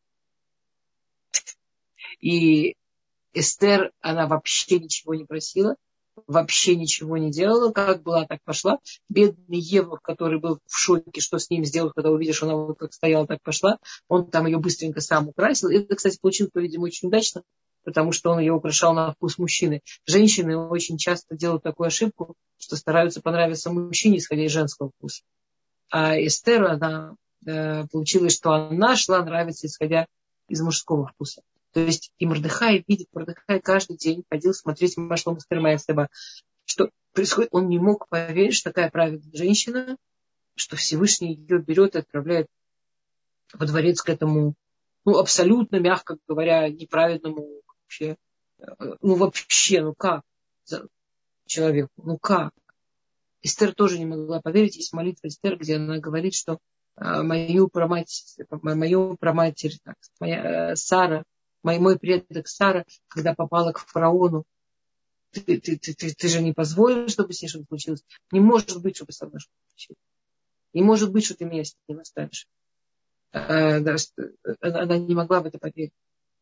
и Эстер, она вообще ничего не просила, вообще ничего не делала, как была, так пошла. Бедный Евнух, который был в шоке, что с ним сделать, когда увидел, что она вот как стояла, так пошла, он там ее быстренько сам украсил. И это, кстати, получилось, по-видимому, очень удачно, потому что он ее украшал на вкус мужчины. Женщины очень часто делают такую ошибку, что стараются понравиться мужчине, исходя из женского вкуса. А Эстер, она э, получилось, что она шла нравиться, исходя из мужского вкуса. То есть и Мордехай видит, Мордехай каждый день ходил смотреть Машлом Эстер Моя Себа. Что происходит? Он не мог поверить, что такая праведная женщина, что Всевышний ее берет и отправляет во дворец к этому, ну, абсолютно, мягко говоря, неправедному вообще. Ну, вообще, ну как человеку? Ну как? Эстер тоже не могла поверить. Есть молитва Эстер, где она говорит, что мою праматерь, мою праматерь так, моя, Сара, мой, мой предок Сара, когда попала к фараону, ты, ты, ты, ты, ты же не позволишь, чтобы с ней что-то случилось. Не может быть, чтобы со мной что-то случилось. Не может быть, что ты меня с ним оставишь. А, да, она не могла в это поверить.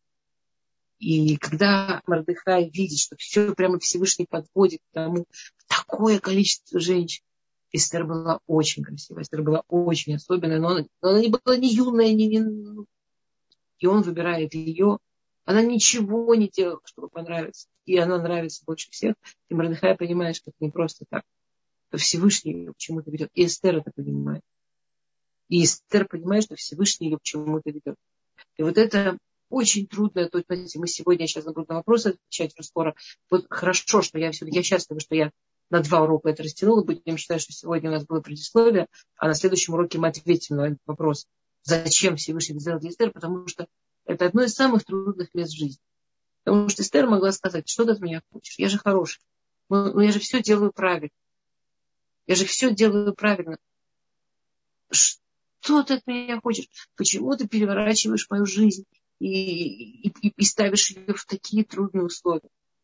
И когда Мордехай видит, что все прямо Всевышний подводит к тому, такое количество женщин, Эстер была очень красивая, Эстер была очень особенная, но она, но она не была ни юная, ни, ни... И он выбирает ее. Она ничего не делала, чтобы понравиться. И она нравится больше всех. И Мордехай понимает, что это не просто так. То Всевышний ее к чему-то ведет. И Эстер это понимает. И Эстер понимает, что Всевышний ее к чему-то ведет. И вот это очень трудно. То есть, мы сегодня, я сейчас буду на вопросы отвечать скоро. Вот хорошо, что я все-таки, я счастлива, что я на два урока это растянула. Будем считать, что сегодня у нас было предисловие, а на следующем уроке мы ответим на этот вопрос. Зачем Всевышний сделал для Эстер? Потому что это одно из самых трудных мест в жизни. Потому что Эстер могла сказать, что ты от меня хочешь? Я же хороший. Но я же все делаю правильно. Я же все делаю правильно. Что ты от меня хочешь? Почему ты переворачиваешь мою жизнь и, и, и ставишь ее в такие трудные условия?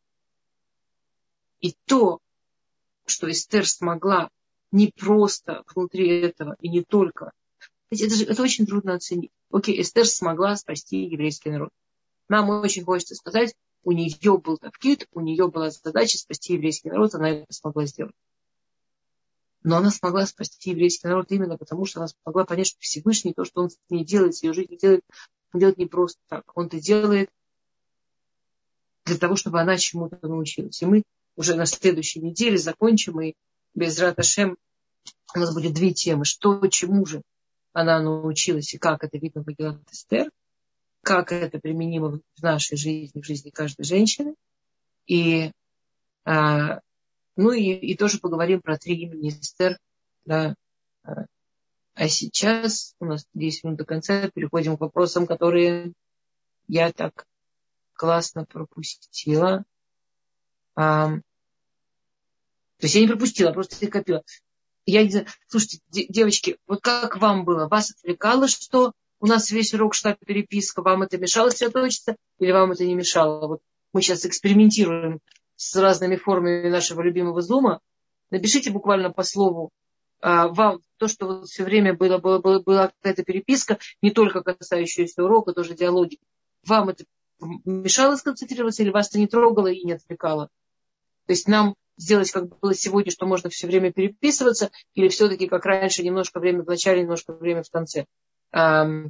И то, что Эстер смогла не просто внутри этого, и не только. Это, же, это очень трудно оценить. Окей, Эстер смогла спасти еврейский народ. нам очень хочется сказать, у нее был тафкид, у нее была задача спасти еврейский народ, она это смогла сделать. Но она смогла спасти еврейский народ именно потому, что она смогла понять, что Всевышний, то, что он с ней делает, с ее жизнью делает, он делает не просто так. Он это делает для того, чтобы она чему-то научилась. И мы уже на следующей неделе закончим, и без Рат Ашем у нас будет две темы. Что, чему же она научилась, и как это видно в Мегилат Эстер, как это применимо в нашей жизни, в жизни каждой женщины. И, а, ну и, и тоже поговорим про три имени Эстер. Да. А сейчас у нас десять минут до конца, переходим к вопросам, которые я так классно пропустила. А, то есть я не пропустила, просто их копила. Я не знаю, слушайте, девочки, вот как вам было? Вас отвлекало, что у нас весь урок шла переписка? Вам это мешало сосредоточиться или вам это не мешало? Вот мы сейчас экспериментируем с разными формами нашего любимого зума. Напишите буквально по слову а, вам то, что вот все время было, было, было, была какая-то переписка, не только касающаяся урока, тоже диалоги. Вам это мешало сконцентрироваться или вас это не трогало и не отвлекало? То есть нам сделать, как было сегодня, что можно все время переписываться, или все-таки, как раньше, немножко время в начале, немножко время в конце. Эм...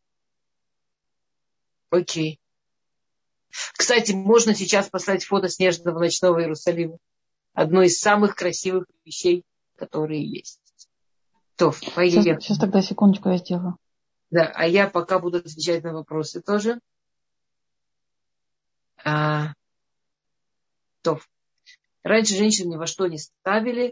Окей. Кстати, можно сейчас послать фото снежного ночного Иерусалима. Одно из самых красивых вещей, которые есть. То, поехали.
Сейчас, сейчас тогда секундочку я сделаю.
Да, а я пока буду отвечать на вопросы тоже. А... То. Раньше женщин ни во что не ставили,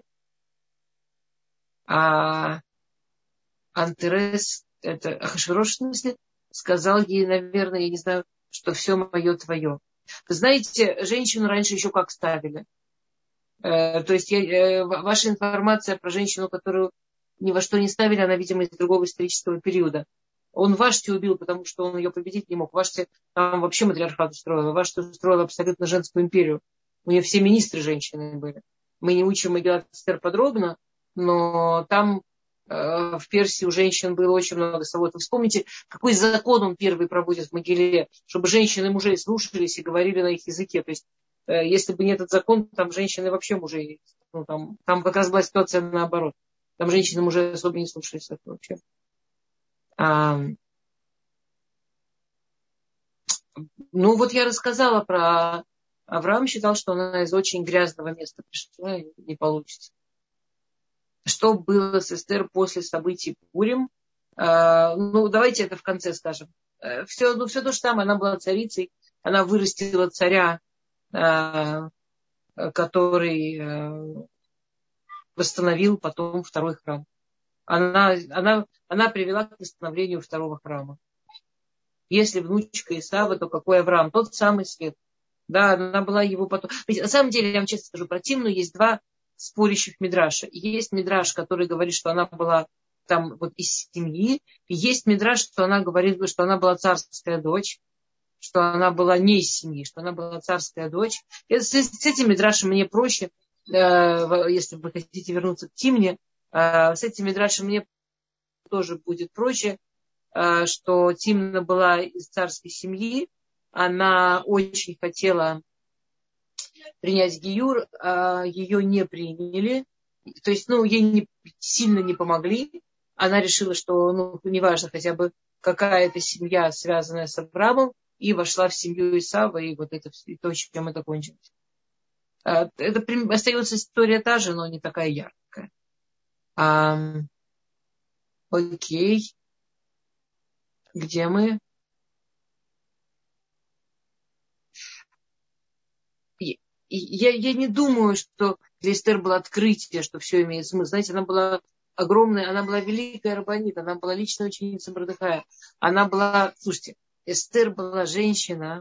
а Антерес, это Ахашвирош, в смысле, сказал ей, наверное, я не знаю, что все мое твое. Вы знаете, женщину раньше еще как ставили. Э, то есть я, э, ваша информация про женщину, которую ни во что не ставили, она, видимо, из другого исторического периода. Он Вашти убил, потому что он ее победить не мог. Вашти там вообще матриархат устроил. Вашти устроил абсолютно женскую империю. У нее все министры женщины были. Мы не учим Мегилат Эстер подробно, но там э, в Персии у женщин было очень много соводов. Вы вспомните, какой закон он первый проводит в Могиле, чтобы женщины мужей слушались и говорили на их языке. То есть, э, если бы не этот закон, там женщины вообще мужей. Ну, там, там как раз была ситуация наоборот. Там женщины мужей особо не слушались это вообще. А, ну, вот я рассказала про... Авраам считал, что она из очень грязного места пришла, и не получится. Что было с Эстер после событий Пурим? А, ну, давайте это в конце скажем. Все, ну, все то же самое. Она была царицей. Она вырастила царя, а, который а, восстановил потом второй храм. Она, она, она привела к восстановлению второго храма. Если внучка Исава, то какой Авраам? Тот самый свет. Да, она была его потом. На самом деле, я вам честно скажу, про Тимну есть два спорящих мидраша. Есть мидраш, который говорит, что она была там вот из семьи. И есть мидраш, что она говорит, что она была царская дочь, что она была не из семьи, что она была царская дочь. И с, с этим мидрашем мне проще, э, если вы хотите вернуться к Тимне, э, с этим мидрашем мне тоже будет проще, э, что Тимна была из царской семьи. Она очень хотела принять гиюр, а ее не приняли. То есть, ну, ей не, сильно не помогли. Она решила, что, ну, неважно, хотя бы какая-то семья, связанная с Авраамом, и вошла в семью Исава, и вот это и то, чем это кончилось. Это остается история та же, но не такая яркая. А, окей. Где мы? Я, я не думаю, что для Эстер было открытие, что все имеет смысл. Знаете, она была огромная, она была великая раббанит, она была личной ученицей Мордехая. Она была, слушайте, Эстер была женщина,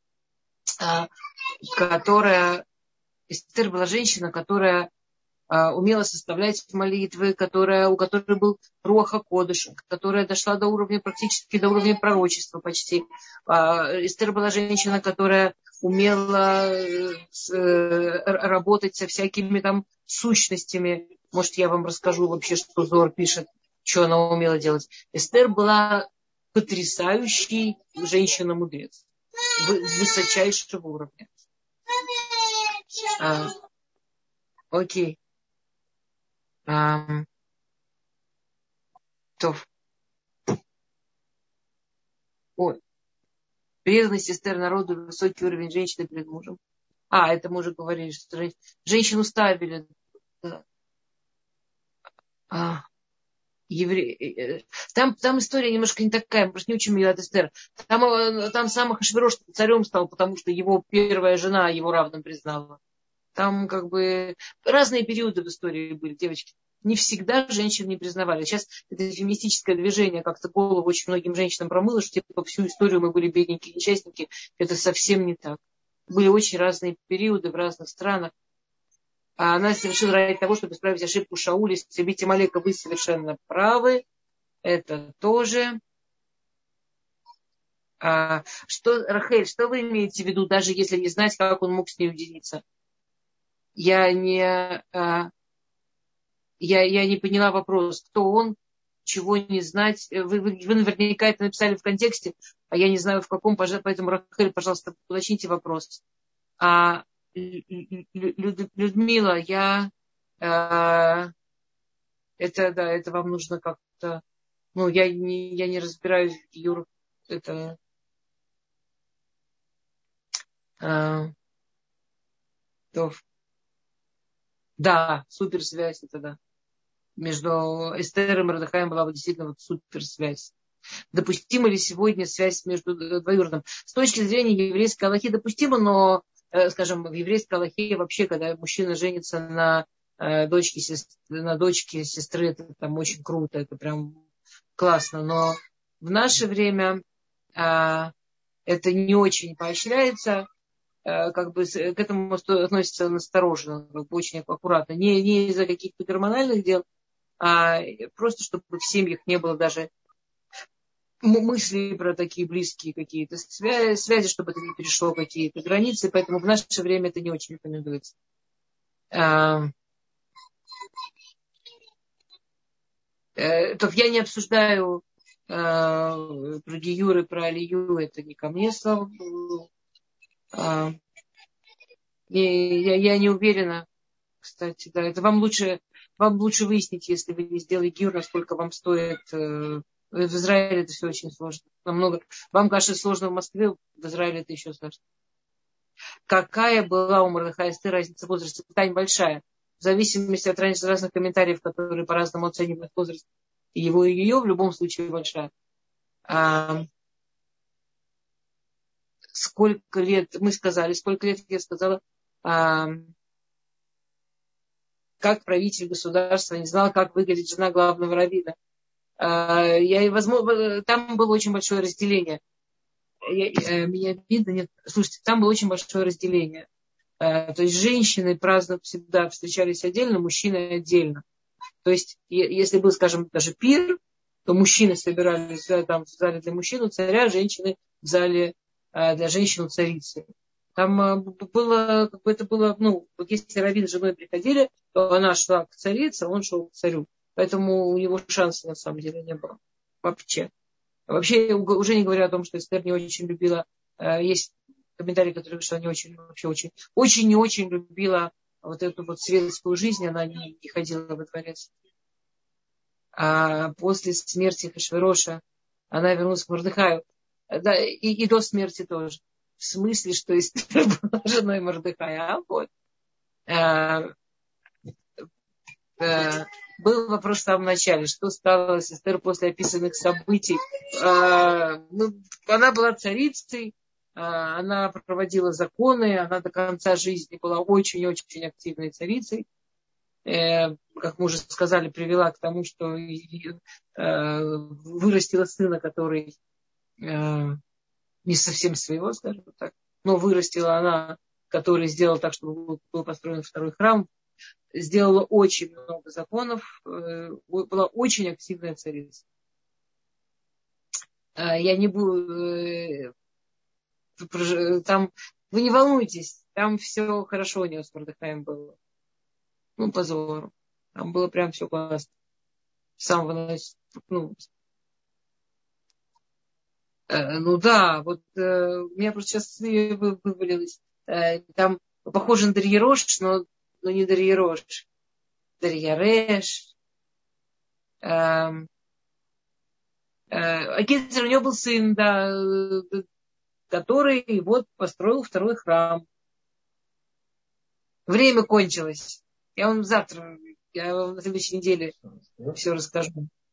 которая, Эстер была женщина, которая умела составлять молитвы, которая, у которой был руах а-кодеш, которая дошла до уровня, практически до уровня пророчества почти. Эстер была женщина, которая умела работать со всякими там сущностями. Может, я вам расскажу вообще, что Зор пишет, что она умела делать. Эстер была потрясающей женщина-мудрец. высочайшего уровня. А, окей. А, то. Ой. Преданность Эстер народу, высокий уровень женщины перед мужем. А, это мы уже говорили, что женщину ставили. Да. А, евре... там, там история немножко не такая, мы просто не учим ее от Эстер. Там, там сам Ахашвирош царем стал, потому что его первая жена его равным признала. Там как бы разные периоды в истории были, девочки. Не всегда женщин не признавали. Сейчас это феминистическое движение как-то голову очень многим женщинам промыло, что типа всю историю мы были бедненькие несчастники. Это совсем не так. Были очень разные периоды в разных странах. А она совершила ради того, чтобы исправить ошибку Шауля, истребить Амалека. Вы совершенно правы. Это тоже. А, что, Рахель, что вы имеете в виду, даже если не знать, как он мог с ней уединиться? Я не, а, я, я не поняла вопрос, кто он, чего не знать. Вы, вы, вы наверняка это написали в контексте, а я не знаю в каком, поэтому, Рахель, пожалуйста, уточните вопрос. А, Людмила, я... А, это, да, это вам нужно как-то... Ну, я не, я не разбираюсь, Юр, это... А, то, да, суперсвязь, это да. Между Эстер и Мордехаем была вот действительно вот суперсвязь. Допустима ли сегодня связь между двоюродным? С точки зрения еврейской алахи допустимо, но, скажем, в еврейской алахе вообще, когда мужчина женится на дочке, на дочке сестры, это там очень круто, это прям классно. Но в наше время а, это не очень поощряется, а, как бы к этому относится настороженно, как бы очень аккуратно. Не, не из-за каких-то гормональных дел, а просто чтобы в семьях не было даже мысли про такие близкие какие-то связи, связи, чтобы это не перешло какие-то границы, поэтому в наше время это не очень рекомендуется. А, э, то я не обсуждаю а, про Гиюр и про Алию, это не ко мне, слава богу. А, и я, я не уверена, кстати, да, это вам лучше, вам лучше выяснить, если вы не сделали Гиюр, насколько вам стоит. Э, в Израиле это все очень сложно. Намного. Вам кажется сложно в Москве, в Израиле это еще сложно. Какая была у Мордехая Эстер разница в возрасте? Тань большая. В зависимости от разных комментариев, которые по-разному оценивают возраст его и ее, в любом случае большая. А, сколько лет, мы сказали, сколько лет я сказала, а, как правитель государства не знал, как выглядит жена главного раввина. А, я, возможно, там было очень большое разделение. Я, меня видно, нет. Слушайте, там было очень большое разделение. То есть женщины праздно всегда встречались отдельно, мужчины отдельно. То есть, если был, скажем, даже пир, то мужчины собирались там, в зале для мужчин у царя, женщины в зале для женщин у царицы. Там было, как бы это было, ну, вот если раввин с женой приходили, то она шла к царице, а он шел к царю. Поэтому у него шанса на самом деле не было. Вообще. Вообще, уже не говоря о том, что Эстер не очень любила, есть комментарии, которые говорят, что она не очень, вообще очень, очень не очень любила вот эту вот светскую жизнь, она не, не ходила во дворец. А после смерти Хашвироша она вернулась к Мордехаю. Да, и, и до смерти тоже. В смысле, что Эстер была женой Мордехая. А вот. А, а, был вопрос в самом начале, что стало с Эстер после описанных событий. А, ну, она была царицей, а, она проводила законы, она до конца жизни была очень-очень активной царицей. Э, как мы уже сказали, привела к тому, что э, вырастила сына, который э, не совсем своего, скажем так, но вырастила она, который сделал так, чтобы был построен второй храм, сделала очень много законов, была очень активная царица. Я не буду... Там, вы не волнуйтесь, там все хорошо у нее с Мордехаем было. Ну, позору. Там было прям все классно. С самого начала. Ну, Э, ну да, вот э, у меня просто сейчас вы- вы- вывалилось. Э, там похоже на Дарьерош, но, но не Дарьерош. Дарьяреш. Эм, э, Акицер, у него был сын, да, э, который вот построил второй храм. Время кончилось. Я вам завтра, я вам на следующей неделе все расскажу.